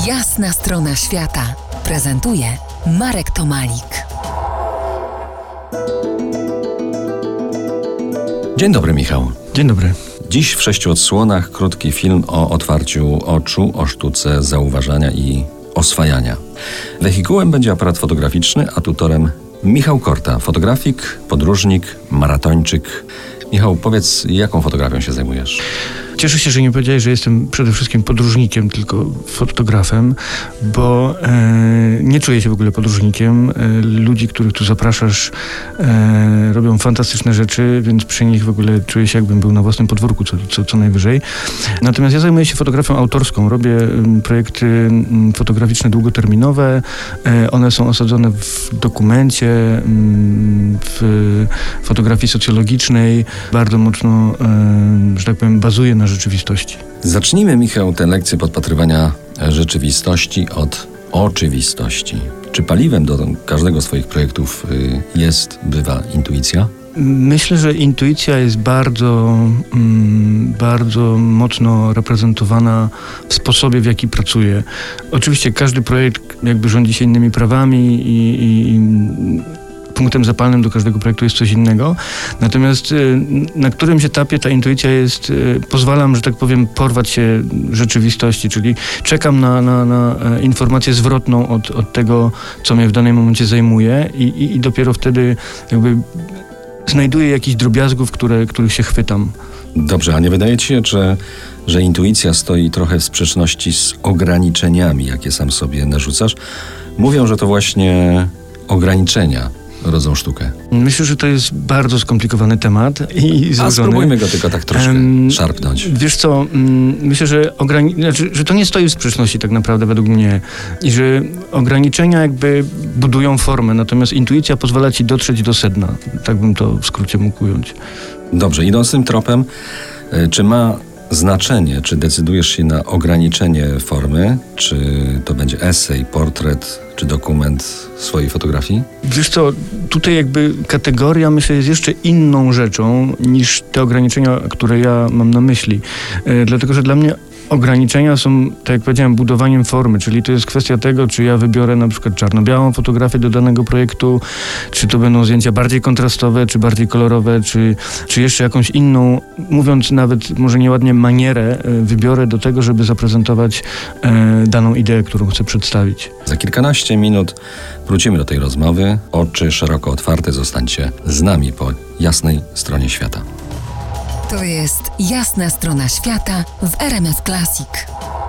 Jasna strona świata prezentuje Marek Tomalik. Dzień dobry, Michał. Dzień dobry. Dziś w 6 odsłonach krótki film o otwarciu oczu, o sztuce zauważania i oswajania. Wehikułem będzie aparat fotograficzny, a tutorem Michał Korta, fotografik, podróżnik, maratończyk. Michał, powiedz, jaką fotografią się zajmujesz? Cieszę się, że nie powiedziałeś, że jestem przede wszystkim podróżnikiem, tylko fotografem, bo nie czuję się w ogóle podróżnikiem. Ludzi, których tu zapraszasz, robią fantastyczne rzeczy, więc przy nich w ogóle czuję się, jakbym był na własnym podwórku, co najwyżej. Natomiast ja zajmuję się fotografią autorską. Robię projekty fotograficzne długoterminowe. One są osadzone w dokumencie, w fotografii socjologicznej. Bardzo mocno, że tak powiem, bazuję na rzeczywistości. Zacznijmy, Michał, tę lekcję podpatrywania rzeczywistości od oczywistości. Czy paliwem do każdego z Twoich projektów bywa intuicja? Myślę, że intuicja jest bardzo mocno reprezentowana w sposobie, w jaki pracuję. Oczywiście każdy projekt jakby rządzi się innymi prawami i punktem zapalnym do każdego projektu jest coś innego. Natomiast na którymś etapie ta intuicja pozwalam, że tak powiem, porwać się rzeczywistości, czyli czekam na informację zwrotną od tego, co mnie w danym momencie zajmuje i dopiero wtedy jakby znajduję jakichś drobiazgów, których się chwytam. Dobrze, a nie wydaje ci się, że intuicja stoi trochę w sprzeczności z ograniczeniami, jakie sam sobie narzucasz? Mówią, że to właśnie ograniczenia rodzą sztukę. Myślę, że to jest bardzo skomplikowany temat i złożony. A spróbujmy go tylko tak troszkę szarpnąć. Wiesz co, myślę, że to nie stoi w sprzeczności tak naprawdę według mnie i że ograniczenia jakby budują formę, natomiast intuicja pozwala ci dotrzeć do sedna. Tak bym to w skrócie mógł ująć. Dobrze, idąc tym tropem, czy ma znaczenie, czy decydujesz się na ograniczenie formy, czy to będzie esej, portret, czy dokument swojej fotografii? Wiesz co, tutaj jakby kategoria, myślę, jest jeszcze inną rzeczą niż te ograniczenia, które ja mam na myśli. Dlatego, że dla mnie ograniczenia są, tak jak powiedziałem, budowaniem formy, czyli to jest kwestia tego, czy ja wybiorę na przykład czarno-białą fotografię do danego projektu, czy to będą zdjęcia bardziej kontrastowe, czy bardziej kolorowe, czy jeszcze jakąś inną, mówiąc nawet może nieładnie, manierę wybiorę do tego, żeby zaprezentować daną ideę, którą chcę przedstawić. Za kilkanaście minut wrócimy do tej rozmowy. Oczy szeroko otwarte, zostańcie z nami po jasnej stronie świata. To jest Jasna strona świata w RMF Classic.